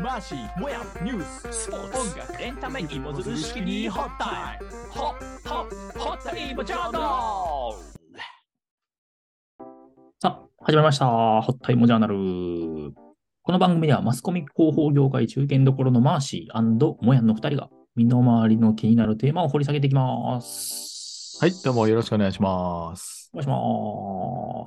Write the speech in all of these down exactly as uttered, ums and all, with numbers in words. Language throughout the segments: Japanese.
マーシー、もやニュース、スポーツ、音楽、エンタメ、芋づる式にホッタイム、ホッホッホッタイムジャーナル。 さあ、始まりました。ホッタイモジャーナル。この番組ではマスコミ広報業界中堅どころのマーシー&モヤンのふたりが身の回りの気になるテーマを掘り下げていきます。 はい、どうもよろしくお願いします。 お願いします。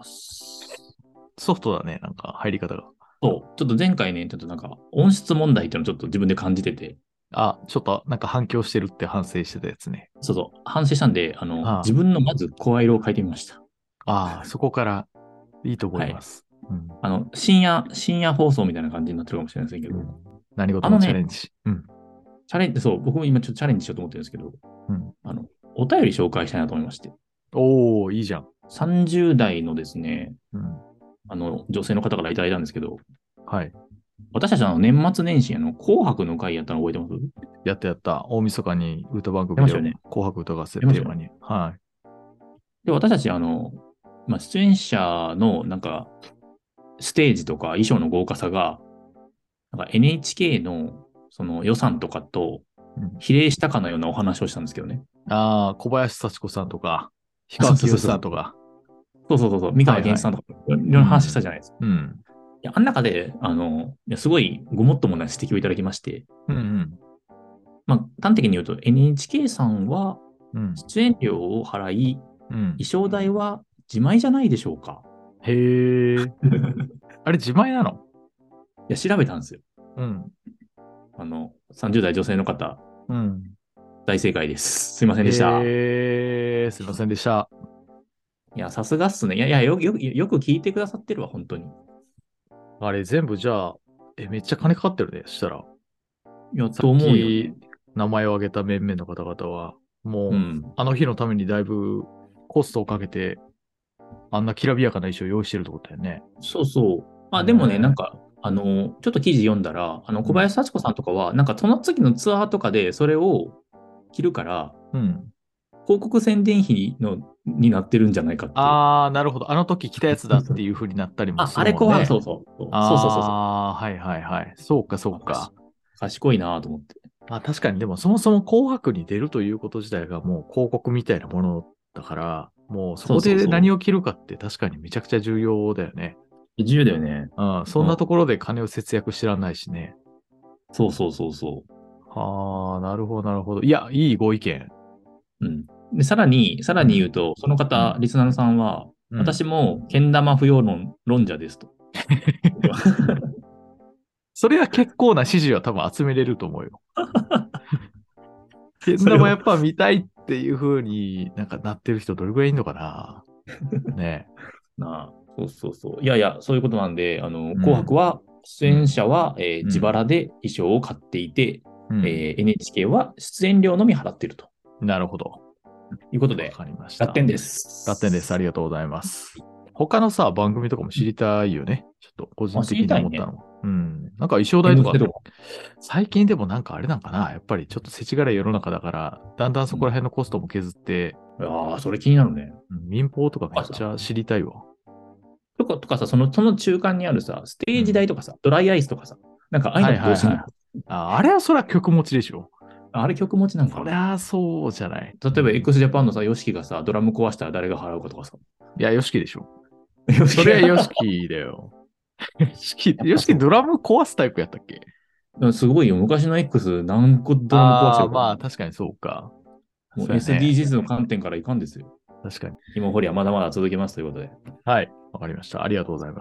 ソフトだね、なんか入り方が。 そう、ちょっと前回ね、ちょっとなんか音質問題っていうのをちょっと自分で感じてて。 あ、ちょっとなんか反響してるって反省してたやつね。 そうそう、反省したんで、あの、 ああ自分のまず声色を変えてみました。 ああ、そこからいいと思います。 はい、うん、あの、深夜、深夜放送みたいな感じになってるかもしれませんけど。うん、 何事もチャレンジ。 ね、うん。チャレンジ、そう、僕も今ちょっとチャレンジしようと思ってるんですけど、 うん、 あの、お便り紹介したいなと思いまして。 おー、いいじゃん。 さんじゅう代のですね、 うん、 あの、女性の方からいただいたんですけど、 はい。 私たちの年末年始の紅白の会やったの覚えてます？ やったやった。大晦日に歌番組で、ね、紅白歌合戦テーマに。ね、はい。 で、私たち、あの、まあ、出演者のなんか、ステージとか衣装の豪華さが、なんか エヌエイチケー のその予算とかと比例したかのようなお話をしたんですけどね。 うん、ああ、小林幸子さんとか、氷川きよしさんとか。 そうそうそうそう、三河健一さんとか、いろいろ話したじゃないですか。 うん。うん、 いや、あん中で、あの、いやすごいごもっともな指摘をいただきまして、 うんうん、 まあ、端的に言うと エヌエイチケー さんは出演料を払い、うん、衣装代は自前じゃないでしょうか。 へー。あれ自前なの？ いや、調べたんですよ。 うん。 あの、さんじゅう代女性の方、 うん、 大正解です。すいませんでした。 へー、すいませんでした。 いや、さすがっすね。いやいやよ、よ、よく聞いてくださってるわ、本当に。 あれ、全部じゃあ、え、めっちゃ金かかってるね、そしたら。 いや、と思うよ、ね。 名前を挙げた面々の方々は、もう、うん、あの日のためにだいぶコストをかけて、あんなきらびやかな衣装を用意してるってことだよね。 そうそう。あ、でもね、なんか、あの、ちょっと記事読んだら、あの、小林幸子さんとかは、うん、なんかその次のツアーとかでそれを着るから、うん、広告宣伝費のになってるんじゃないかって。 ああ、なるほど。あの時着たやつだっていう風になったりもするもんね。 あ、あれ紅白、そうそう。そうそうそうそう。 ああ、はいはいはい。そうかそうか。 賢いなと思って。 あ、確かに、でもそもそも紅白に出るということ自体がもう広告みたいなものだから、もうそこで何を着るかって確かにめちゃくちゃ重要だよね。 重要だよね。 うん、そんなところで金を節約してらんないしね。 そうそうそうそう。 はあ、なるほどなるほど。いや、いいご意見。 うん。で、さらに、さらに言うと、うん、その方、うん、リスナーさんは、うん、私も、けん玉不要論、論者ですと。 それは結構な支持は多分集めれると思うよ。けん玉やっぱ見たいっていう風になんかなってる人どれくらいいるのかなねえ。なあ、そうそうそう。いやいや、そういうことなんで、あの、うん、紅白は、出演者は、うん、えー、自腹で衣装を買っていて、うん、えー、エヌエイチケー は出演料のみ払っていると。 なるほど。 ということで、 わかりました。 合点です。 合点です。ありがとうございます。他のさ、番組とかも知りたいよね。ちょっと個人的に思ったのは。ね、うん。なんか衣装代とか、最近でもなんかあれなんかな。やっぱりちょっと世知辛い世の中だから、だんだんそこら辺のコストも削って、 うん、ああ、それ気になるね。 民放とかめっちゃ知りたいわ。 とか、とかさ、その、その中間にあるさ、ステージ代とかさ、うん、ドライアイスとかさ、なんかああいうのどうすんの？ はいはいはい、あ, あれはそれは曲持ちでしょ。 あれ曲持ちなんかな。 そりゃそうじゃない。 例えば x ジャパンのさ、ヨシキがさ、ドラム壊したら誰が払うかとかさ。 いや、ヨシキでしょ。それはヨシキだよ。ヨシキ、ヨシキドラム壊すタイプやったっけ？ すごいよ。昔の X 何個ドラム壊してるか。まあ確かにそうか。 もう エスディージーズ の観点からいかんですよ。 確かに。 芋掘りはまだまだ続けますということで。 はい。わかりました。ありがとうございます。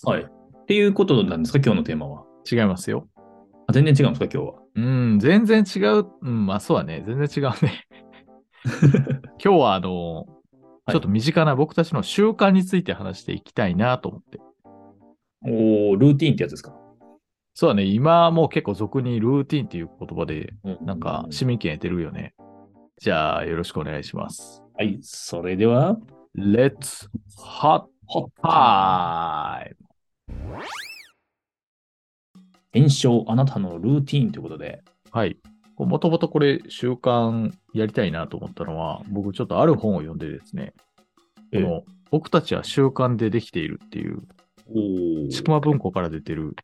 はい。っていうことなんですか、今日のテーマは。 違いますよ。 あ、全然違うんですか、今日は。 うん、全然違う。うん、まあそうだね。全然違うね。今日はあの、ちょっと身近な僕たちの習慣について話していきたいなと思って。 おー、ルーティーンってやつですか？ そうだね。今もう結構俗にルーティーンっていう言葉で、なんか市民権得てるよね。じゃあ、よろしくお願いします。 はい、それでは、 Let's Hot Time! 検証あなたのルーティーンということで。 はい。もともとこれ習慣やりたいなと思ったのは、僕ちょっとある本を読んでですね、この僕たちは習慣でできているっていう、ちくま文庫から出てる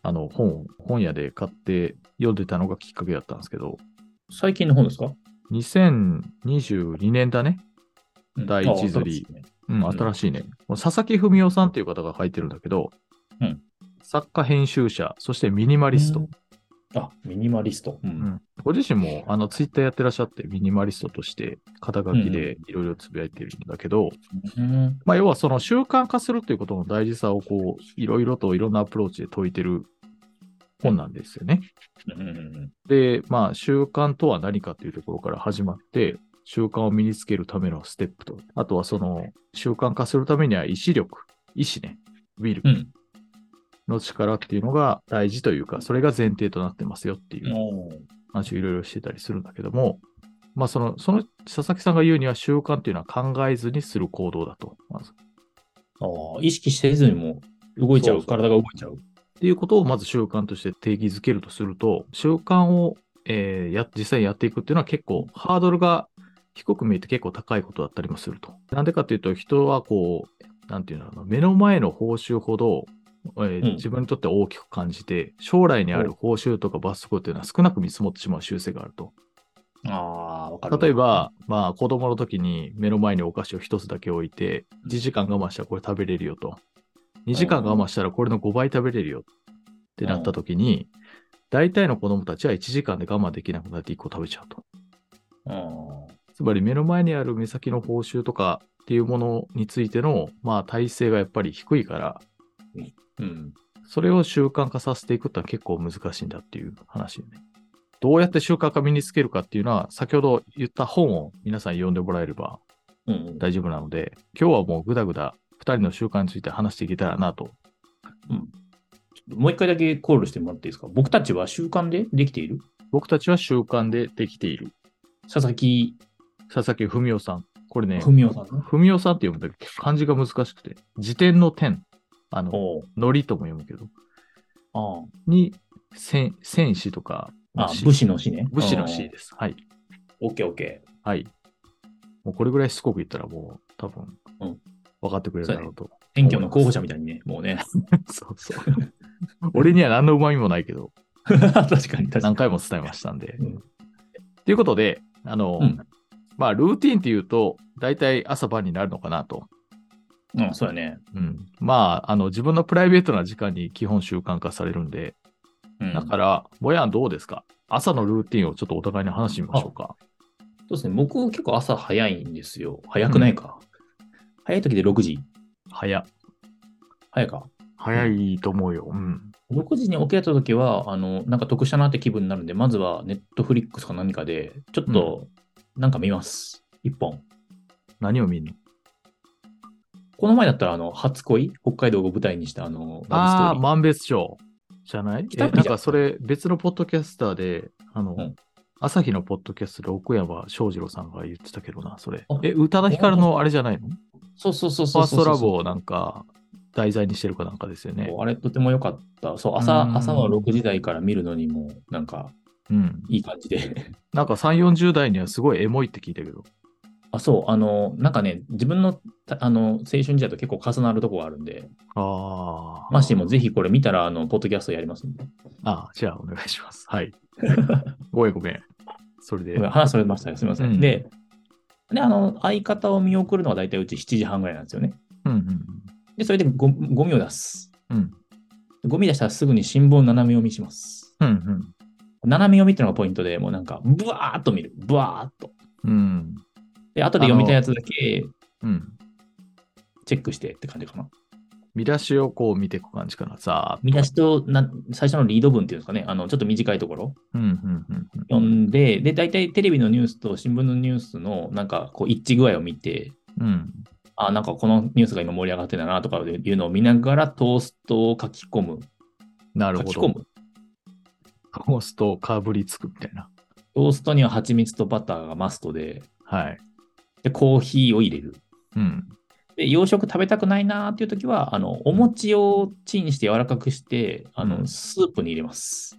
あの本を本屋で買って読んでたのがきっかけだったんですけど、 最近の本ですか？ にせんにじゅうにねんだね。 うん第一釣り。 あ新しいねうん、新しいね。この佐々木文夫さんっていう方が書いてるんだけど、 うん。 作家編集者、そしてミニマリスト。 うんあ、ミニマリスト。う。 うんんご自身もあのツイッターやってらっしゃって、ミニマリストとして肩書きでいろいろつぶやいてるんだけど、 うん。 まあ、要はその習慣化するということの大事さをこう、いろいろといろんなアプローチで説いてる本なんですよね。 うんうんで、まあ、習慣とは何かというところから始まって、習慣を身につけるためのステップと、あとはその習慣化するためには意志力、意志ね、ウィルうん。 の力っていうのが大事というか、それが前提となってますよっていうおー話をいろいろしてたりするんだけども、まあその、その佐々木さんが言うには習慣っていうのは考えずにする行動だと。まずあー意識せずにも動いちゃう。 そうそう体が動いちゃう。 っていうことをまず習慣として定義づけるとすると、習慣を、えーや実際にやっていくっていうのは結構ハードルが低く見えて結構高いことだったりもすると。なんでかっていうと、人はこう、なんていうのかな、目の前の報酬ほど、えーうん自分にとって大きく感じて、将来にある報酬とか罰則っていうのは少なく見積もってしまう習性があると。 ああ、わかる。 例えば、まあ子供の時に目の前にお菓子を一つだけ置いて、いちじかん我慢したらこれ食べれるよと。にじかん我慢したらこれのごばい食べれるよってなった時に、大体の子供たちはいちじかんで我慢できなくなっていっこ食べちゃうと。 あつまり目の前にある目先の報酬とかっていうものについての、まあ体制がやっぱり低いから、 うん。 それを習慣化させていくってのは結構難しいんだっていう話よね。どうやって習慣化身につけるかっていうのは、先ほど言った本を皆さん読んでもらえればうん。 大丈夫なので、今日はもうぐだぐだふたりの習慣について話していけたらなと。 もう一回だけコールしてもらっていいですか？僕たちは習慣でできている？ 僕たちは習慣でできている。 佐々木佐々木文夫さん。これね、 文夫さんね。 文夫さんって読むんだけど、漢字が難しくて、辞典の点、あの、 おうのりとも読むけど、 あに、戦戦士とか、 あ。あ士武士の士ね。 武士の士です。はい。 オッケーオッケはい。もうこれぐらいしつこく言ったらもう多分、 うん分かってくれるだろうと。 ー。選挙の候補者みたいにね、もうね。 そうそう。俺には何の旨味もないけど、 確かに確かに。 何回も伝えましたんで。 うんということで、あの、 うんまあ、ルーティーンっていうと、大体朝晩になるのかなと。 うん、そうやね。 うん。まあ、あの、自分のプライベートな時間に基本習慣化されるんで、 うん、 だから、もやんどうですか？朝のルーティンをちょっとお互いに話してみましょうか。 そうですね。僕結構朝早いんですよ。早くないか。早い時でろくじ。 早。 早いか。 早いと思うよ。うん。 ろくじに起きれた時は、あの、なんか得したなって気分になるんで、まずはネットフリックスか何かで、ちょっと、なんか見ます。一本。 何を見んの？ この前だったら、あの、初恋、北海道を舞台にした、あの、ラブストーああ、 リー。 万別町じゃない？え、 北見じゃんなんかそれ別のポッドキャスターで、あの、 うん朝日のポッドキャストで奥山翔二郎さんが言ってたけどな、それあ。 え、宇多田ヒカルのあれじゃないの？ そうそうそうファースそうそうトラブをなんか題材にしてるかなんかですよね。 あれ、とても良かった。そう、朝、 うん朝のろくじ台から見るのにも、なんか、 うん。 いい感じで。 なんかさんじゅう、よんじゅう代にはすごいエモいって聞いたけど。 あ、そう、あの、なんかね、自分の、たあの、青春時代と結構重なるとこがあるんで、 ああ。 マシもぜひこれ見たら、あの、ポッドキャストやりますんで。 ああ、じゃあお願いします。はい。ごめんごめん。それで。 ごめん話それましたよ。すみません。 うんで、で、あの、相方を見送るのは大体うちしちじはんぐらいなんですよね。 うんうんで、それでゴゴミを出す。 うん。うんゴミ出したらすぐに新聞斜め読みします。 うん斜め読みっていうのがポイントで、もうなんか、ブワーっと見る。ブワーっと。 うん。うん。 で、後で読みたいやつだけうん。 チェックしてって感じかな。 見出しをこう見ていく感じかな。さあ。 見出しとな最初のリード文っていうんですかね、あのちょっと短いところうんうんうんうん。 読んで、で、大体テレビのニュースと新聞のニュースのなんかこう一致具合を見て、 うん。 あ、なんかこのニュースが今盛り上がってたなとかいうのを見ながらトーストを書き込む。 なるほど。 書き込む。 トーストをかぶりつくみたいな。 トーストには蜂蜜とバターがマストで、 はい。 で、コーヒーを入れる。 うん。 で、洋食食べたくないなーっていう時は、あの、お餅をチンして柔らかくして、あの、 うんスープに入れます。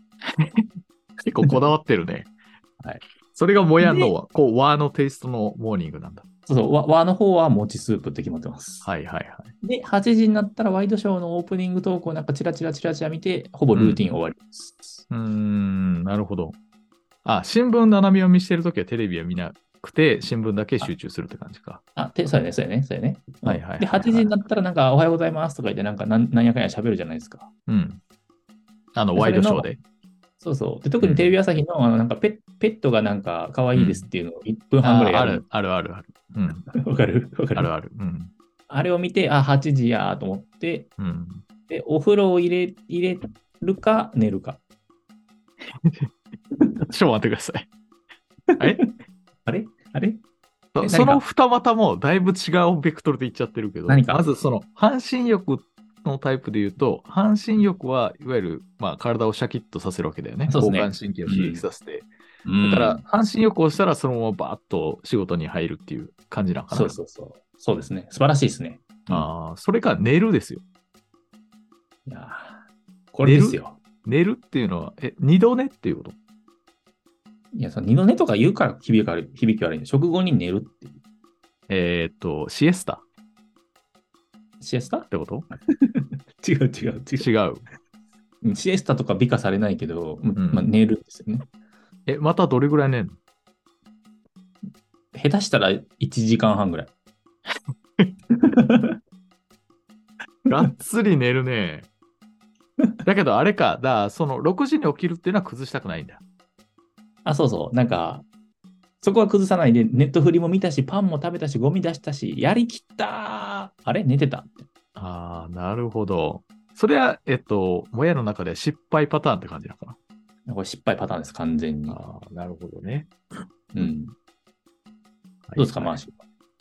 結構こだわってるね。 はい。 それがもやんのは、こう、和のテイストのモーニングなんだ。 そうそう、和和の方は餅スープって決まってます。 はいはいはい。 で、はちじになったらワイドショーのオープニングトークをなんかチラチラチラチラ見て、ほぼルーティン終わりです。 うーん、なるほど。あ、新聞斜め読みしてるときはテレビは見なくて、新聞だけ集中するって感じか。 あ、て、そうやね、そうやね、そうやね。うんはいはいはいはいで、はちじになったらなんかおはようございますとか言って、なんかなんなんやかんや喋るじゃないですか。 うん。あの、 で、 ワイそれの、 ドショーで。 そうそう。で、特にテレビ朝日の、あのなんかペ、ペットがなんか可愛いですっていうのをいっぷんはんぐらいああ、 やるある、あるあるある。うん。 の。わかるわかるあるある。うん。 あれを見て、あ、はちじやと思って、 うん。 で、お風呂を入れ、入れるか寝るか。 ちょっと待ってください。あれあれあれえその何か二股もだいぶ違うベクトルで言っちゃってるけど、 何かまずその半身浴のタイプで言うと、半身浴はいわゆる、まあ、体をシャキッとさせるわけだよね。 そうですね交感神経を刺激させて。 うんだから、半身浴をしたらそのままバーッと仕事に入るっていう感じなのかな。 そうそうそう。そうですね。素晴らしいですね。うんああ、それか寝るですよ。 いやーこれですよ。 寝るっていうのは、え、二度寝っていうこといや、その二の寝とか言うから響き悪い、響き悪いんで、食後に寝るっていう。 えーっと、シエスタシエスタってこと違う違う違う。 違う。 うんシエスタとか美化されないけど、 んまあ、寝るんですよね。 え、またどれぐらい寝るの下手したらいちじかんはんぐらい。 がっつり寝るね。だけどあれか、だからそのろくじに起きるっていうのは崩したくないんだ。 あ、そうそう。なんか、そこは崩さないで、ネットフリも見たし、パンも食べたし、ゴミ出したし、やりきったーあれ寝てたってああ、なるほど。それは、えっと、もやの中で失敗パターンって感じなのかこれ失敗パターンです、完全に。 な。ああ、なるほどね。 うん。どうですか、マーシー。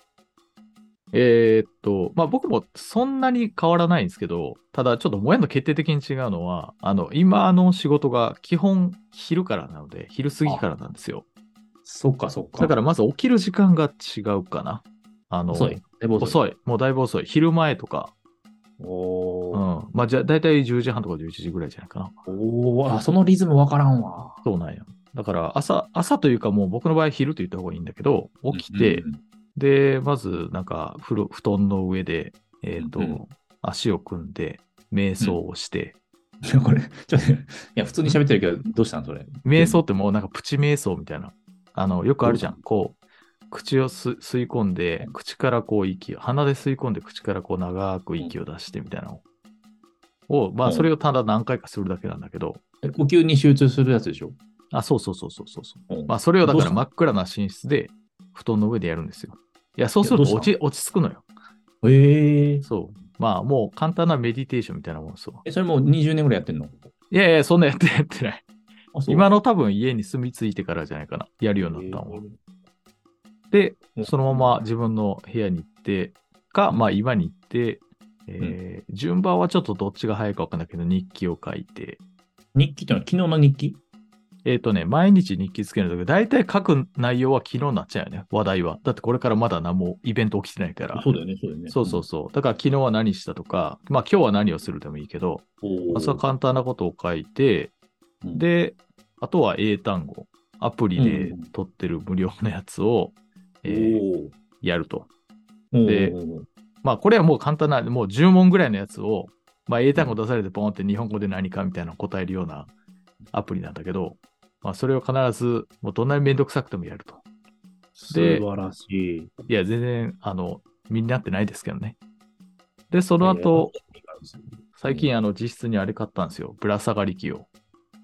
えーっと、まあ僕もそんなに変わらないんですけど、ただちょっともやの決定的に違うのは、あの、今の仕事が基本昼からなので、昼過ぎからなんですよ。 そっか、そっか。 だからまず起きる時間が違うかな。あの、 遅い。だいぶ遅い。 遅い。もうだいぶ遅い。昼前とか。 おー。 うん。まあじゃあだいたいじゅうじはんとかじゅういちじぐらいじゃないかな。 おー、あ、そのリズムわからんわ。 そうなんや。だから朝、朝というかもう僕の場合昼と言った方がいいんだけど、起きて、 うんうんで、まずなんか風呂布団の上で、えっ、と、 うんうん足を組んで、瞑想をして、 いや、これ、ちょっと、いや、普通に喋ってるけど、どうしたんそれ。 瞑想ってもうなんかプチ瞑想みたいな。あの、よくあるじゃん。こう、口をす吸い込んで、口からこう息を、鼻で吸い込んで口からこう長く息を出してみたいなのを、まあそれをただ何回かするだけなんだけど、 え呼吸に集中するやつでしょあ、そうそうそうそうそうそう。 うんまあそれをだからどうした真っ暗な寝室で布団の上でやるんですよ。いや、そうするといやどうした落ち落ち着くのよ。 ええそう。まあもう簡単なメディテーションみたいなもんですよ。 え、それもうにじゅうねんぐらいやってんのいやいや、そんなやってやってない。 あ、そう今の多分家に住み着いてからじゃないかな。やるようになったのは。で、そのまま自分の部屋に行ってか、まあ今に行って、えー順番はちょっとどっちが早いか分かんないけど、日記を書いて、 日記ってのは昨日の日記えっ、とね、毎日日記つけるんだけど、大体書く内容は昨日になっちゃうよね、話題は。だってこれからまだ何もイベント起きてないから。 そうだよね、そうだよね。 そうそうそう。だから昨日は何したとか、まあ今日は何をするでもいいけど、 うん。 まあ、それは簡単なことを書いて、 うん、 で、あとは英単語。アプリで取ってる無料のやつを、えーやると。でおまあこれはもう簡単な、もうじゅう問ぐらいのやつを、まあ英単語出されてポンって日本語で何かみたいなの答えるようなアプリなんだけど、まあそれを必ず、もうどんなにめんどくさくてもやると。 素晴らしい。 いや、全然、あの、みんなってないですけどね。で、その後、最近、あの、実質にあれ買ったんですよ。ぶら下がり機を。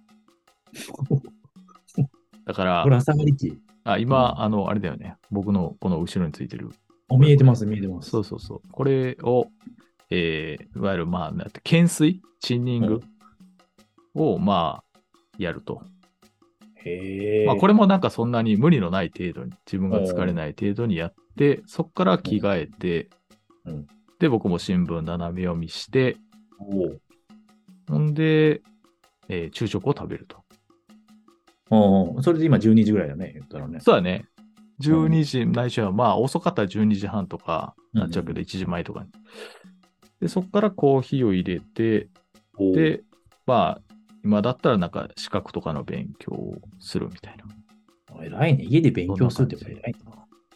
だからぶ、ら下がり機。 あ今、 うんあの、あれだよね。僕のこの後ろについてる。 あ、見えてます、見えてます。 そうそうそう。これを、えーいわゆる、まあ、なんて懸垂チンニングを、まあ、やると。 へえ。 まあ、これもなんかそんなに無理のない程度に、自分が疲れない程度にやって、そこから着替えて、 うんうんで、僕も新聞斜め読みして、 おうほんで、えー昼食を食べると。 おうそれで今じゅうにじぐらいだね、言ったらね。 そうだね。じゅうにじ、ないしは、まあ、遅かったらじゅうにじはんとかなっちゃうけど、 うんいちじまえとかに。で、そこからコーヒーを入れて、 おう、 で、まあ、今だったらなんか資格とかの勉強をするみたいな。 偉いね。家で勉強するってこと偉いな。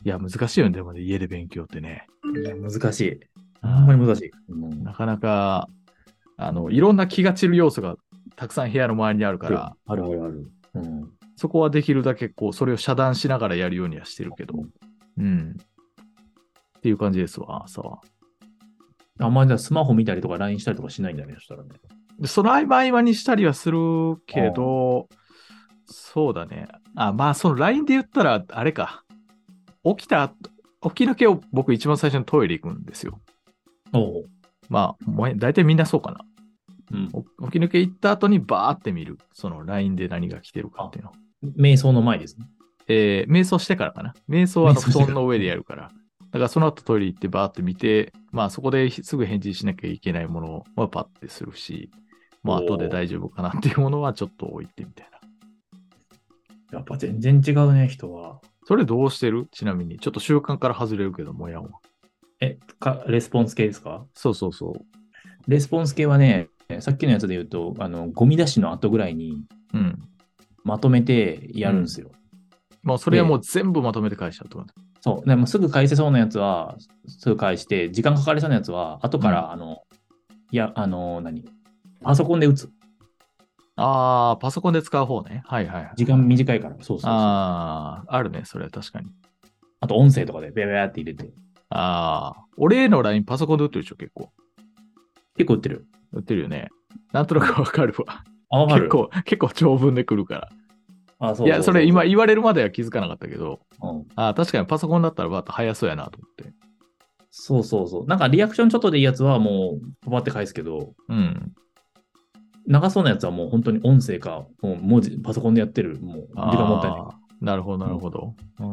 いや、難しいよね。でもね、家で勉強ってね。 いや、難しい。ほんまに難しい。うん、 なかなか、あの、いろんな気が散る要素がたくさん部屋の周りにあるから、 あるあるある。うん、 そこはできるだけこう、それを遮断しながらやるようにはしてるけど、うん。っていう感じですわ、朝は。 あんまりスマホ見たりとか ライン したりとかしないんだね、そしたらね。 でその合間合間にしたりはするけど、そうだね。あ、まあ、その ライン で言ったら、あれか。起きた、起き抜けを僕一番最初にトイレ行くんですよ。 おう。 まあ、もう大体みんなそうかな。 うん、 起き抜け行った後にバーって見る。その ライン で何が来てるかっていうの。 瞑想の前ですね。 えー、瞑想してからかな。瞑想はあの布団の上でやるから。だからその後トイレ行ってバーって見て、まあそこですぐ返事しなきゃいけないものはパッてするし、まあ後で大丈夫かなっていうものはちょっと置いてみたいな。 やっぱ全然違うね、人は。 それどうしてる？ちなみに。ちょっと習慣から外れるけど、もやんは。 え、か、レスポンス系ですか？ そうそうそう。 レスポンス系はね、さっきのやつで言うと、あの、ゴミ出しの後ぐらいにうん。 まとめてやるんですよ。 うん、もうそれはもう全部まとめて返しちゃうってこと。 そう。でもすぐ返せそうなやつは、すぐ返して、時間かかりそうなやつは、後から、うん、あの、いや、あの、何パソコンで打つ。 ああ、パソコンで使う方ね。はいはい。 時間短いから。そうそうそう。 ああ、あるね。それは確かに。 あと音声とかでベベベって入れて。 ああ、俺の ライン パソコンで打ってるでしょ、結構。 結構打ってる。 打ってるよね。なんとなくわかるわ。 あ、わかる。 結構、結構長文で来るから。 あ、そうそうそうそう。 いや、それ今言われるまでは気づかなかったけど、 うん、 あ確かにパソコンだったらバッと早そうやなと思って。 そうそうそう。なんかリアクションちょっとでいいやつはもう、パパって返すけど、 うん。 長そうなやつはもう本当に音声か、もう文字、パソコンでやってる、もう時間もったいない。 なるほど、なるほど。うん。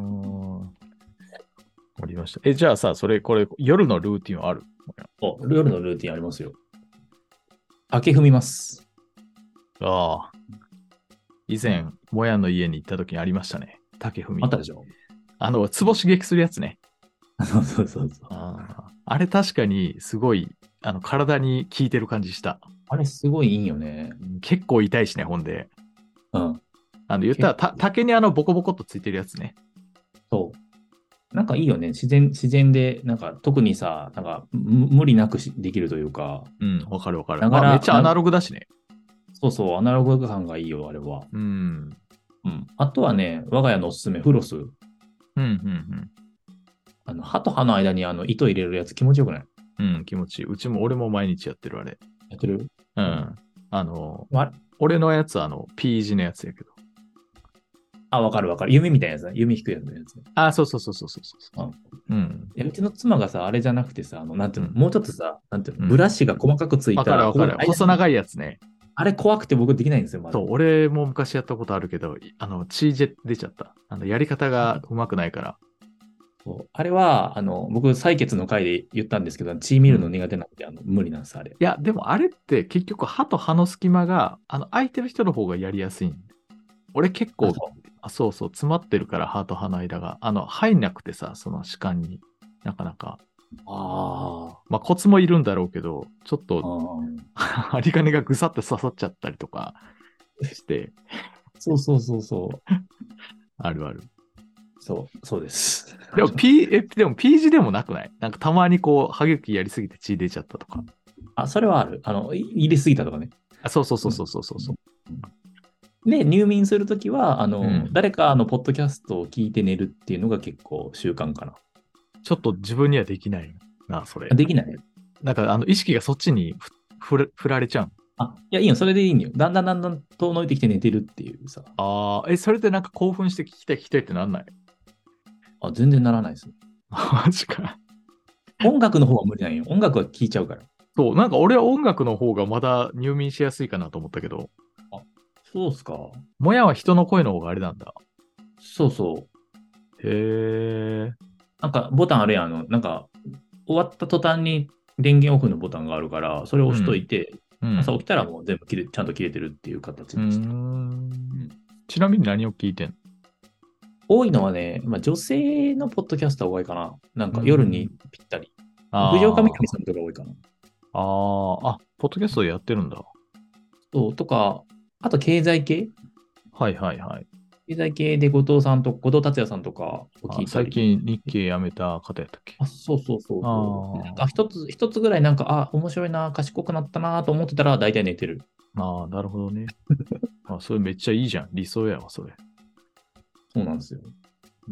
わかりました。え、じゃあさ、それ、これ、夜のルーティンはある？ お、夜のルーティンありますよ。明け踏みます。 ああ。以前、もやんの家に行った時にありましたね。竹踏み。 あったでしょ？ あの、ツボ刺激するやつね。 そうそうそうそう。 あ, あれ確かにすごい、あの、体に効いてる感じした。 あれすごいいいよね。 結構痛いしね、ほんで。 うん。 あの、言ったら、た竹にあの、ボコボコっとついてるやつね。 そう。なんかいいよね。自然、自然で、なんか特にさ、なんか無理なくしできるというか。 うん、わかるわかる。 だから、 まあ、めっちゃアナログだしね。 そうそう、アナログ感がいいよ、あれは。 うん。 うん。あとはね、我が家のおすすめ、フロス。うんうんうんあの、歯と歯の間にあの糸入れるやつ気持ちよくない？ うん、気持ちいい。うちも、俺も毎日やってるあれ。 やってる？ うん。あの、 あ俺のやつはあの、P 字のやつやけど。 あ、わかるわかる。弓みたいなやつね。弓引くやつのやつね。 あ、そうそうそうそうそうそう。うん。 いやうちの妻がさ、あれじゃなくてさ、あの、なんていうの、 うんもうちょっとさ、なんていうの、 うんブラシが細かくついわた、 かるわかる。細長いやつね。 あれ怖くて僕できないんですよ、まだ。 そう、俺も昔やったことあるけど、あの、血出ちゃった。あの、やり方がうまくないから。 そうあれは、あの、僕、採血の回で言ったんですけど、血見るの苦手なんで、あの無理なんです、あれ。 いや、でもあれって結局歯と歯の隙間が、あの、空いてる人の方がやりやすいん。俺結構、 あそうあそうそう、詰まってるから歯と歯の間が、あの、入んなくてさ、その歯間になかなか。 あまあ、コツもいるんだろうけど、ちょっあ。 と、針金がぐさって刺さっちゃったりとかして。 そうそうそうそう。 あるある。 そう、そうです。 でも P、え、でも P 字でもなくない？なんかたまにこう、歯茎やりすぎて血出ちゃったとか。 あ、それはある。あの、い入れすぎたとかね。 あ、そうそうそうそうそうそう。 うん、で、入眠するときは、あの、うん、誰かのポッドキャストを聞いて寝るっていうのが結構習慣かな。 ちょっと自分にはできないな、それ。 できない？ なんか、あの、意識がそっちにふ振られちゃう。 あ、いや、いいよ。それでいいんよ。だんだんだんだん遠のいてきて寝てるっていうさ。 ああ、え、それでなんか興奮して聞きたい聞きたいってなんない？ あ、全然ならないですね。 マジか。 音楽の方は無理なんよ。音楽は聴いちゃうから。 そう、なんか俺は音楽の方がまだ入眠しやすいかなと思ったけど。 あ、そうっすか。 もやは人の声の方があれなんだ。 そうそう。 へえ。 なんかボタンあるやん。あの、なんか終わった途端に電源オフのボタンがあるから、それを押しといて、うん、朝起きたらもう全部切れちゃんと切れてるっていう形にして。うん、 ちなみに何を聞いてんの？ 多いのはね、まあ、女性のポッドキャスターが多いかな。なんか夜にぴったり。藤岡みなみさんとか多いかな。 ああ、あ、ポッドキャストやってるんだ。 そう、とか、あと経済系？ はいはいはい。 経済系で後藤さんと、後藤達也さんとかを聞いたり。 最近日経辞めた方やったっけ？ あ、そうそうそうそう。 あーなんか一つ、一つぐらいなんか、あ、面白いな、賢くなったなと思ってたら大体寝てる。 ああ、なるほどね。あ、それめっちゃいいじゃん。理想やわ、それ。 そうなんですよ。 うん、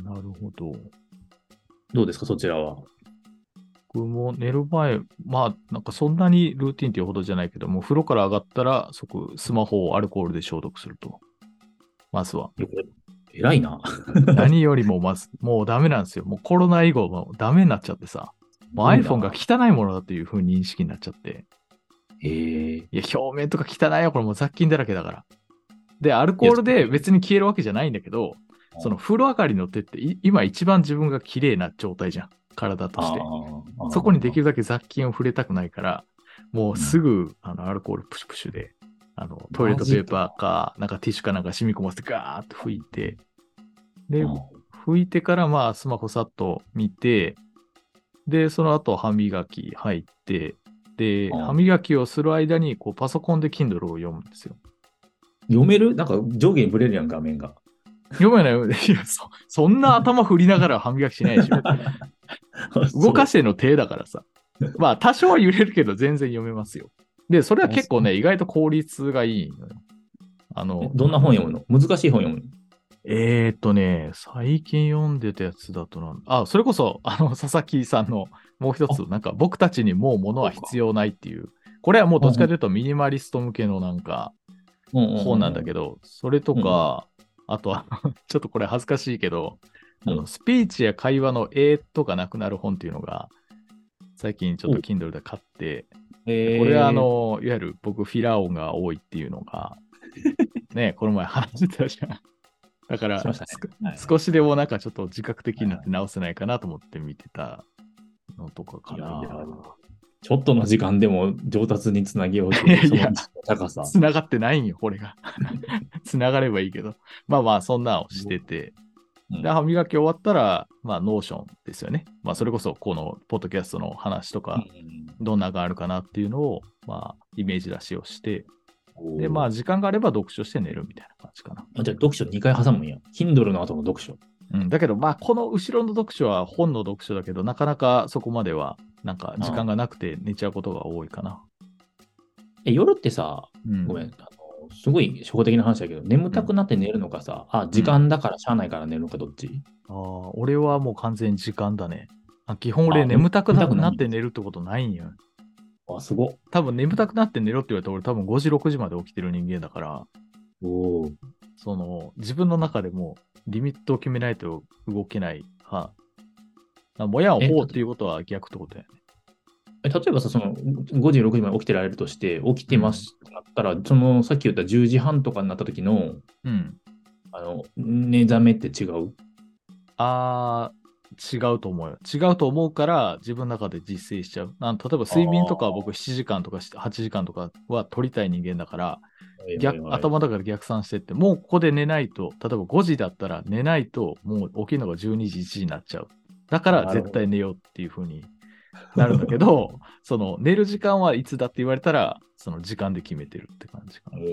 なるほど。 どうですか、そちらは。 僕も寝る前、まあ、なんかそんなにルーティンっていうほどじゃないけども、風呂から上がったら即スマホをアルコールで消毒すると。まずは。 よく偉いな。 何よりもまず、もうダメなんですよ。もうコロナ以後もうダメになっちゃってさ。もう iPhone が汚いものだっていう風に認識になっちゃって。 へえ。 いや、表面とか汚いよ。これもう雑菌だらけだから。で、アルコールで別に消えるわけじゃないんだけど、その風呂上がりの手ってい今一番自分が綺麗な状態じゃん。体として。そこにできるだけ雑菌を触れたくないから、もうすぐ、うん、あのアルコールプシュプシュで、あのトイレットペーパーか、なんかティッシュかなんか染み込ませてガーッと拭いて、で、拭いてからまあスマホさっと見て、で、その後歯磨き入って、で、歯磨きをする間にこうパソコンで Kindle を読むんですよ。 読める？なんか上下にブレるやん、画面が。 読めない。いや、そ、そんな頭振りながら歯磨きしないでしょ。動かしての手だからさ。まあ、多少は揺れるけど全然読めますよ。で、それは結構ね、意外と効率がいいのよ。あの、 どんな本読むの？難しい本読むの？ えーっとね、最近読んでたやつだとなんあ、それこそ、あの、佐々木さんのもう一つ、なんか僕たちにもう物は必要ないっていう、これはもうどっちかというとミニマリスト向けのなんか本なんだけど、それとか、あとは、ちょっとこれ恥ずかしいけど、あのスピーチや会話のえーとかなくなる本っていうのが、最近ちょっと Kindle で買って、これはあの、いわゆる僕フィラー音が多いっていうのが、ね、この前話してたじゃん。だから、ねはい、少しでもなんかちょっと自覚的になって直せないかなと思って見てたのとかかな。いやいやちょっとの時間でも上達につなげようというその高さ。 つながってないんよ、これが。つながればいいけど。まあまあ、そんなをしてて。うん、で、歯磨き終わったら、まあ、ノーションですよね。まあ、それこそ、このポッドキャストの話とか、どんながあるかなっていうのを、まあ、イメージ出しをして、で、まあ、時間があれば読書して寝るみたいな感じかな。 あ、じゃあ、読書にかい挟むんや。Kindle の後の読書。 うん、だけど、まあ、この後ろの読書は本の読書だけど、なかなかそこまでは、なんか時間がなくて寝ちゃうことが多いかな。 え、夜ってさ、うん、ごめん、あの、すごい初歩的な話だけど、眠たくなって寝るのかさ、うん、あ、時間だからしゃあないから寝るのかどっち？ ああ、俺はもう完全に時間だね。あ、基本俺眠たくなって寝るってことないんよ。 あ、すごっ。 多分眠たくなって寝ろって言われたら俺多分ごじ、ろくじまで起きてる人間だから、 おその自分の中でもリミットを決めないと動けない派。もやをほうっていうことは逆ってことだよね。 え、例えばさ、そのごじ、ろくじまで起きてられるとして、起きてますってなったら、うん、そのさっき言ったじゅうじはんとかになった時の、 うん、 あの、寝覚めって違う？ あー、違うと思うよ。違うと思うから自分の中で実践しちゃう。なん例えば睡眠とかは僕しちじかんとかはちじかんとかは取りたい人間だから、逆頭だから逆算してって、もうここで寝ないと、例えばごじだったら寝ないともう起きるのがじゅうにじ、いちじになっちゃう。だから絶対寝ようっていう風になるんだけど、その寝る時間はいつだって言われたら、その時間で決めてるって感じかな。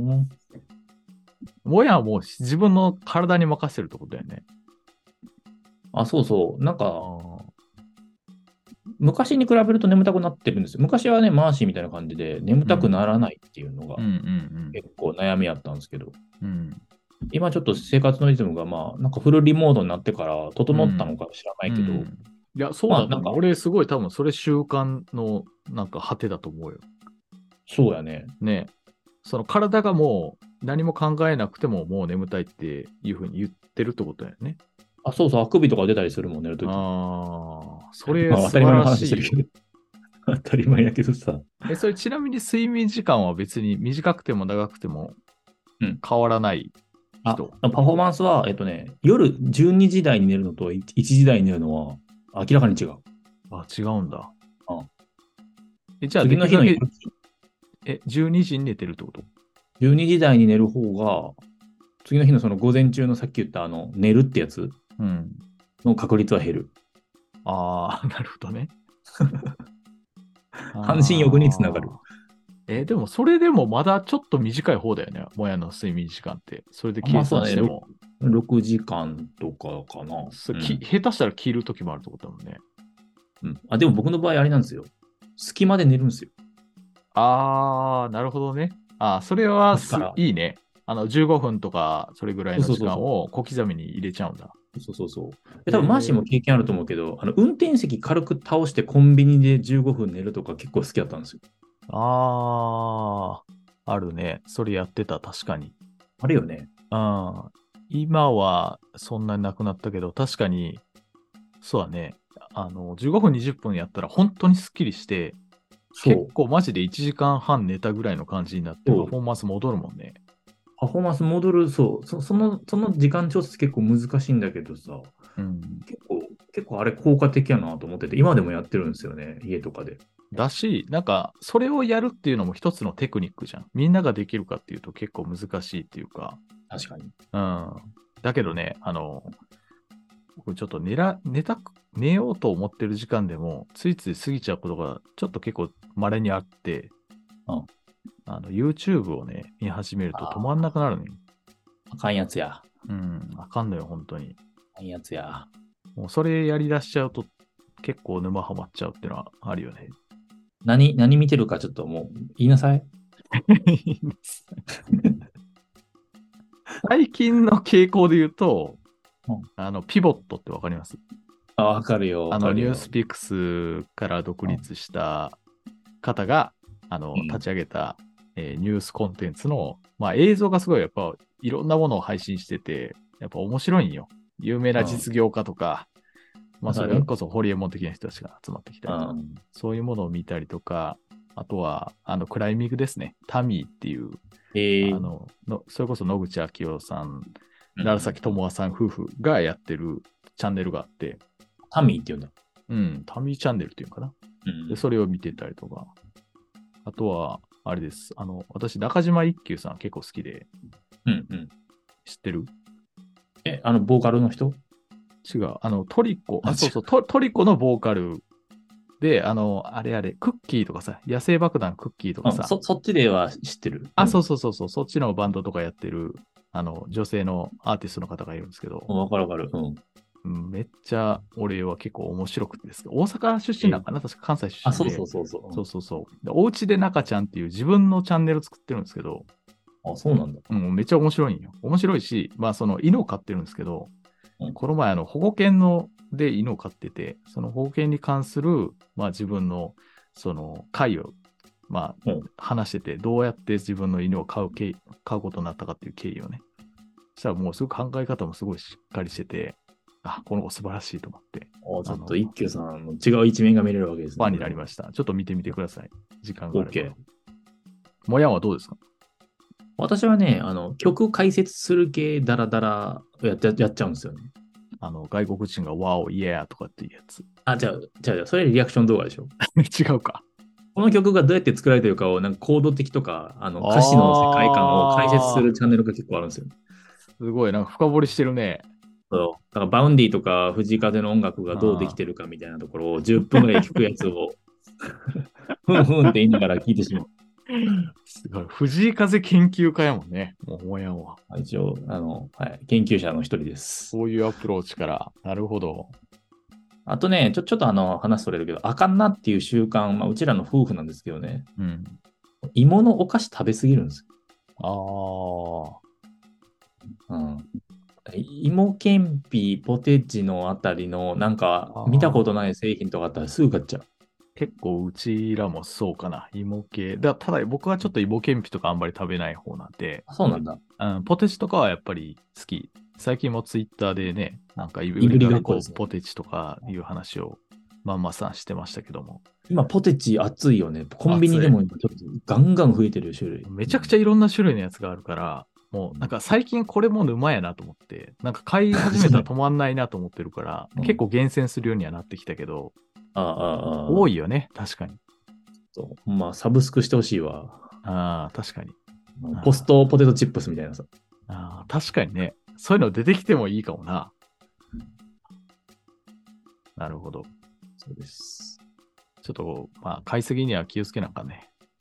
もやはもう自分の体に任せるってことだよね。 あ、そうそう。なんか、昔に比べると眠たくなってるんですよ。昔はね、マーシーみたいな感じで眠たくならないっていうのが結構悩みやったんですけど、 うん、 今ちょっと生活のリズムがまあ、なんかフルリモートになってから整ったのか知らないけど、うんうん、 いや、そうだ、まあ、なんか俺すごい多分それ習慣のなんか果てだと思うよ。 そうやね。 ね。その体がもう何も考えなくてももう眠たいっていうふうに言ってるってことだよね。 あ、そうそう、あくびとか出たりするもん、寝るとき。 ああ、それまあ、当たり前の話してるけど。当たり前やけどさ。 え、それちなみに睡眠時間は別に短くても長くても変わらない人、 うん、あパフォーマンスは、えっとね、夜じゅうにじ台に寝るのといちじ台に寝るのは明らかに違う。 あ、違うんだ。 あえ、じゃあ、 次の日の夜え、じゅうにじに寝てるってこと？ じゅうにじ台に寝る方が、次の日のその午前中のさっき言ったあの寝るってやつの確率は減る。 うん、ああ、なるほどね。 半身浴につながる。 えーでもそれでもまだちょっと短い方だよね。もやの睡眠時間って。それで計まあそうだね。 算しても。 ろくじかんとかかな。 そううんき下手したら切る時もあるってことだもんね。 うんあ、でも僕の場合あれなんですよ。隙間で寝るんですよ。 あー、なるほどね。あー、それはすだからいいね。あの、じゅうごふんとか、それぐらいの時間そうそうそうを小刻みに入れちゃうんだ。 そうそうそう。で多分マーシーも経験あると思うけど、あの運転席軽く倒してコンビニでじゅうごふん寝るとか結構好きだったんですよ。 あー、あるね。それやってた、確かに。 あれよね。 うん。今はそんなになくなったけど、確かに、そうだね。あの、じゅうごふん、にじゅっぷんやったら本当にスッキリして、 そう結構マジでいちじかんはん寝たぐらいの感じになって、 そうパフォーマンス戻るもんね。 パフォーマンス戻る、そう、そその、その時間調節結構難しいんだけどさ、 うん。 結構、結構あれ効果的やなと思ってて、今でもやってるんですよね、家とかで。 だし、なんか、それをやるっていうのも一つのテクニックじゃん。みんなができるかっていうと結構難しいっていうか。 確かに。 うん。だけどね、あの、僕ちょっと寝ら、寝たく、寝ようと思ってる時間でも、ついつい過ぎちゃうことがちょっと結構稀にあって、 うんあの、YouTube をね、見始めると止まんなくなるのよ。 あかんやつや。 うん、あかんのよ、本当に。 あかんやつや。 もうそれやり出しちゃうと結構沼ハマっちゃうっていうのはあるよね。 何、何見てるかちょっともう言いなさい。 最近の傾向で言うと、 うんあの、ピボットってわかります？ あ、わかるよ。 あの、 わかるよニュースピックスから独立した方が、あの、 うん立ち上げた、えーニュースコンテンツの、まあ映像がすごいやっぱいろんなものを配信してて、やっぱ面白いんよ。有名な実業家とか、まあそれこそホリエモン的な人たちが集まってきたりとか、 うん。 そういうものを見たりとか、あとは、あの、クライミングですね。タミーっていう、 えー、 あのの、それこそ野口昭夫さん、 うん楢崎智亜さん夫婦がやってるチャンネルがあって、 タミーって言うんだ。 うん、タミーチャンネルっていうのかな。 うんで、それを見てたりとか、あとは、あれです。あの、私、中島一休さん結構好きで、 うんうん。 知ってる？ え、あの、ボーカルの人違う。あの、トリコ、 ああ、そうそう、トトリコのボーカルで、あの、あれあれ、クッキーとかさ、野生爆弾クッキーとかさ、 うんそ、そっちでは知ってる。 あ、そうそうそうそう、そっちのバンドとかやってる、あの、女性のアーティストの方がいるんですけど、 うん。わかるわかる。うん。 うんめっちゃ俺は結構面白くてですけど、大阪出身なんかな、確か関西出あ、 身で。 そうそうそうそう。 そうそうそう。でおうちで中ちゃんっていう自分のチャンネル作ってるんですけど、 あ、そうなんだ。 うん、めっちゃ面白いんよ。面白いし、まあその犬を飼ってるんですけど、 うんこの前あの保護犬ので犬を飼ってて、その保護犬に関する、まあ自分のその回を、まあうん話してて、どうやって自分の犬を飼う経緯、飼うことになったかっていう経緯をね。そしたらもうすごく考え方もすごいしっかりしてて、あ、この子素晴らしいと思って、 あちょっと一休さんの違う一面が見れるわけですね。 ファンになりました。ちょっと見てみてください。時間があれ OK ば。もやんはどうですか？ 私はね、あの、曲解説する系ダラダラをやっやっちゃうんですよね。 あの、外国人がワオ、イエーとかっていうやつ。 あ、じゃあ、じゃあ、それリアクション動画でしょ。 違うか。 この曲がどうやって作られてるかを、なんかコード的とか、あの、歌詞の世界観を解説するチャンネルが結構あるんですよ。 すごい、なんか深掘りしてるね。 そう。だからバウンディとか藤井風の音楽がどうできてるかみたいなところをじゅっぷんぐらい聞くやつを、ふんふんって言いながら聞いてしまう。 すごい。藤井風研究家やもんね。もう、もやんは。 一応、あの、はい、研究者の一人です。 そういうアプローチから。なるほど。 あとね、ちょ、ちょっとあの、話それるけど、あかんなっていう習慣、まあ、うちらの夫婦なんですけどね、 うん。 芋のお菓子食べすぎるんですああ。 よ。うん。芋けんぴ、ポテチのあたりの、なんかあ、ー見たことない製品とかあったらすぐ買っちゃう。 結構うちらもそうかな。芋系。だただ僕はちょっと芋けんぴとかあんまり食べない方なんで、 あそうなんだ。 うん、ポテチとかはやっぱり好き。最近もツイッターでね、なんかいぶいぶりりがっこがっこですねポテチとかいう話をまんまさんしてましたけども。 今、ポテチ熱いよね。コンビニでも今ちょっとガンガン増えてる種類。 めちゃくちゃいろんな種類のやつがあるから、もうなんか最近これも沼やなと思って、なんか買い始めたら止まんないなと思ってるから、 うん結構厳選するようにはなってきたけど、 ああ、ああ、ああ。 多いよね、確かに。 そうまあ、サブスクしてほしいわ。 ああ、確かに。あポストポテトチップスみたいなさ。 ああ、確かにね。そういうの出てきてもいいかもな。なるほど。 そうです。 ちょっと、まあ、買いすぎには気をつけなあかんね。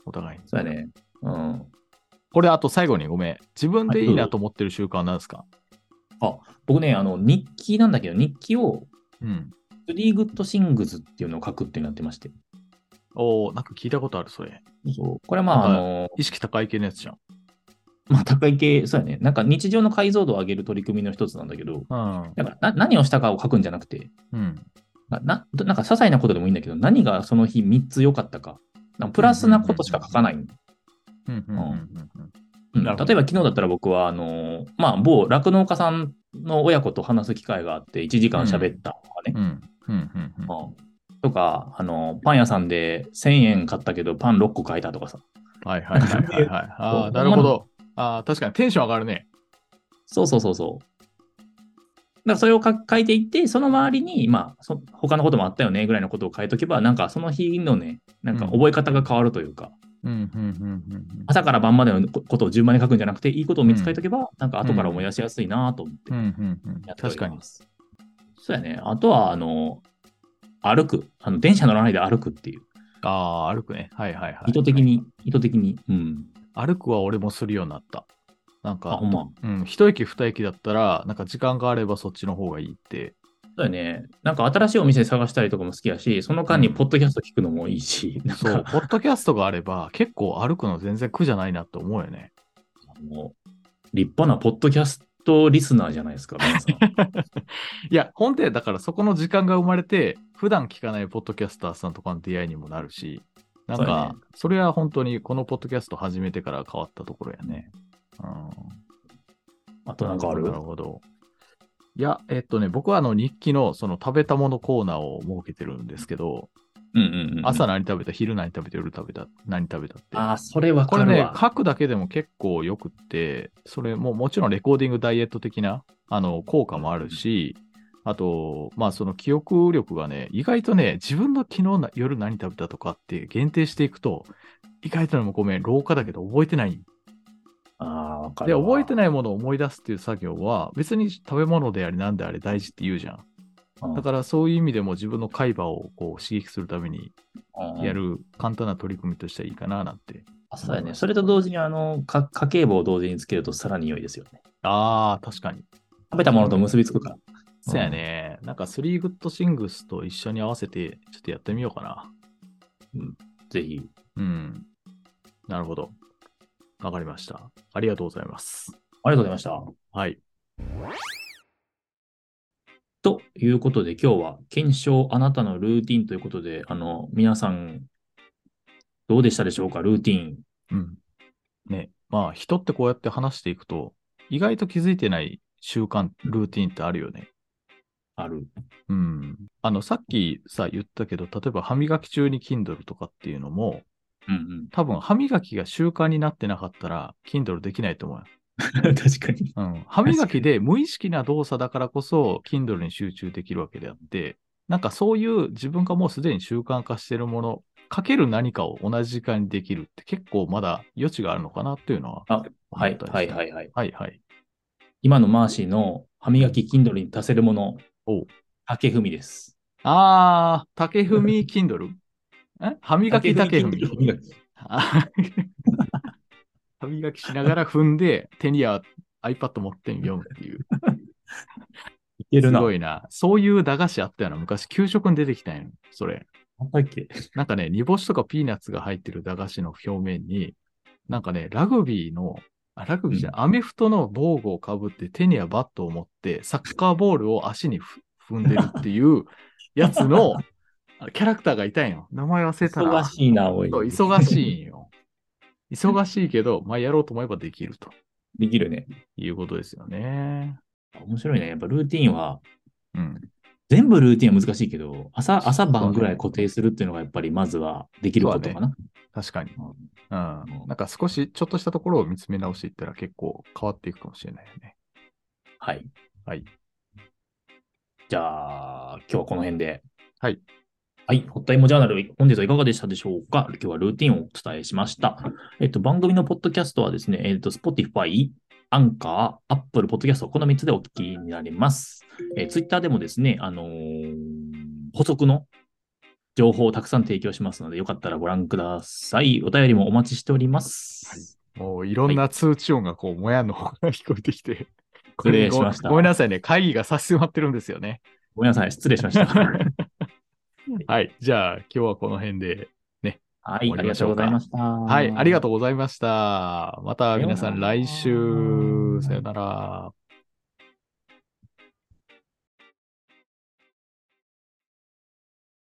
お互いに。 そうやね。うん。 これ、あと最後にごめん。自分でいいはいどうぞなと思ってる習慣は何ですか？ あ、僕ね、あの、日記なんだけど、日記を、 うん。 スリーグッドシングズっていうのを書くってなってまして。 おー、なんか聞いたことある、それ。 そう。これはまあ、あなんかの、 意識高い系のやつじゃん。 まあ、高い系、そうやね。なんか日常の解像度を上げる取り組みの一つなんだけど、 うん。 だからな何をしたかを書くんじゃなくて、 うん。 な、ななんか些細なことでもいいんだけど、何がその日みっつ良かったか、なんかプラスなことしか書かない。 うん。うん。うん。うん。 うん、 なるほど例えば昨日だったら僕は、あのーまあ、某酪農家さんの親子と話す機会があっていちじかん喋ったとかね。 うん。うん。うん。うん。 うんとか、あのーパン屋さんでせんえん買ったけどパンろっこ買えたとかさ。 はいはいはいはい、はい。ああ、 そうなるほど。ああ、確かにテンション上がるね。 そうそうそうそう。だからそれを書書いていって、その周りに、まあ、そ他のこともあったよねぐらいのことを書いとけば、なんかその日のね、なんか覚え方が変わるというか、 うん。うん。うん。うん。 朝から晩までのことを順番に書くんじゃなくて、いいことを見つけとけば、なんか後から思い出しやすいなと思ってうん。うん。うん。 やっており確かにま。す。そうやね。あとは、あの、歩く。あの、電車乗らないで歩くっていう。 ああ、歩くね。はいはいはい。 意図的に、意図的に。うん。 歩くは俺もするようになった。なんあ、 かほ、んま。 うん、一駅二駅だったら、なんか時間があればそっちの方がいいって。 そうやね。なんか新しいお店探したりとかも好きやし、その間にポッドキャスト聞くのもいいし、なんそう、 か、 ポッドキャストがあれば結構歩くの全然苦じゃないなって思うよね。 もう立派なポッドキャストリスナーじゃないですか、皆さん。 いや、本当だからそこの時間が生まれて、普段聞かないポッドキャスターさんとかの出会いにもなるし、なんそうやか、 ねそれは本当にこのポッドキャスト始めてから変わったところやね。うん。 あとなんかあるなるほど。いや、えっとね、僕はあの日記のその食べたものコーナーを設けてるんですけど、 うんうんうん。 朝何食べた、昼何食べた、夜食べた、何食べたって。 ああ、それわこれねかるわ。、 書くだけでも結構よくって、それももちろんレコーディングダイエット的なあの効果もあるし、あと、まあその記憶力がね、意外とね、自分の昨日な夜何食べたとかって限定していくと、意外とでもごめん、廊下だけど覚えてない。 ああ、わかで、 るわ。 覚えてないものを思い出すっていう作業は、別に食べ物であり何であれ大事って言うじゃん。 うんだからそういう意味でも自分の海馬をこう刺激するためにうんやる簡単な取り組みとしてはいいかななんて。 あそうやね。それと同時に、あの、か家計簿を同時につけるとさらに良いですよね。 ああ、確かに。 食べたものと結びつくから。 そうやね。なんかスリーグッドシングスと一緒に合わせてちょっとやってみようかな。 ぜひ。 うん。なるほど。わかりました。ありがとうございます。 ありがとうございました。 はい。 ということで、今日は検証あなたのルーティンということで、あの、皆さん、どうでしたでしょうか、ルーティン。 うん。ね。まあ、人ってこうやって話していくと、意外と気づいてない習慣、ルーティンってあるよね。 ある。 うん。あの、さっきさ、言ったけど、例えば歯磨き中に Kindle とかっていうのも、 うんうん。 多分歯磨きが習慣になってなかったら、Kindle できないと思うよ。 確かに。 うん。歯磨きで無意識な動作だからこそ、Kindle に集中できるわけであって、なんかそういう自分がもうすでに習慣化しているもの、かける何かを同じ時間にできるって結構まだ余地があるのかなっていうのは。 あ、はい、 思ったりしてはい、はい、はい。 はいはい。 今のマーシーの歯磨き Kindle に足せるもの、 おう竹踏みです。 あー、竹踏み Kindle? え歯磨き竹踏み。 歯磨き。 あ歯磨きしながら踏んで、手には iPad 持って読むっていう。 いけるな。 すごいな。そういう駄菓子あったよな。昔、給食に出てきたんやん。それ。 なんだっけ。 なんかね、煮干しとかピーナッツが入ってる駄菓子の表面に、なんかね、ラグビーの、あ、ラグビーじゃない、アメフトの防具をかぶって手にはバットを持って、サッカーボールを足にふ踏んでるっていうやつのキャラクターがいたんよ。名前忘れたら。 忙しいな、おい。 そう忙しいんよ。忙しいけど、まあ、やろうと思えばできるとできるね。 いうことですよね。 面白いね。やっぱルーティンは、 うん。 全部ルーティンは難しいけど、朝、朝そうね晩ぐらい固定するっていうのがやっぱりまずはできることかな。 確かに。 うんうん。なんか少し、ちょっとしたところを見つめ直していったら結構変わっていくかもしれないよね。 はい。 はい。 じゃあ、今日はこの辺で。 はい。 はい。ホッタイモジャーナル、本日はいかがでしたでしょうか。今日はルーティンをお伝えしました。えっと、番組のポッドキャストはですね、えっと、Spotify、アンカー、Apple Podcast、このみっつでお聞きになります。えー、Twitter でもですね、あのー補足の情報をたくさん提供しますので、よかったらご覧ください。お便りもお待ちしております。 はい、もういろんな通知音がこう、もやの方が聞こえてきて、 失礼しました。 ごめんなさいね。会議が差し迫ってるんですよね。 ごめんなさい。失礼しました。 はい。じゃあ、今日はこの辺でね。 はい。ありがとうございました。 はい。ありがとうございました。また皆さん来週、さよなら。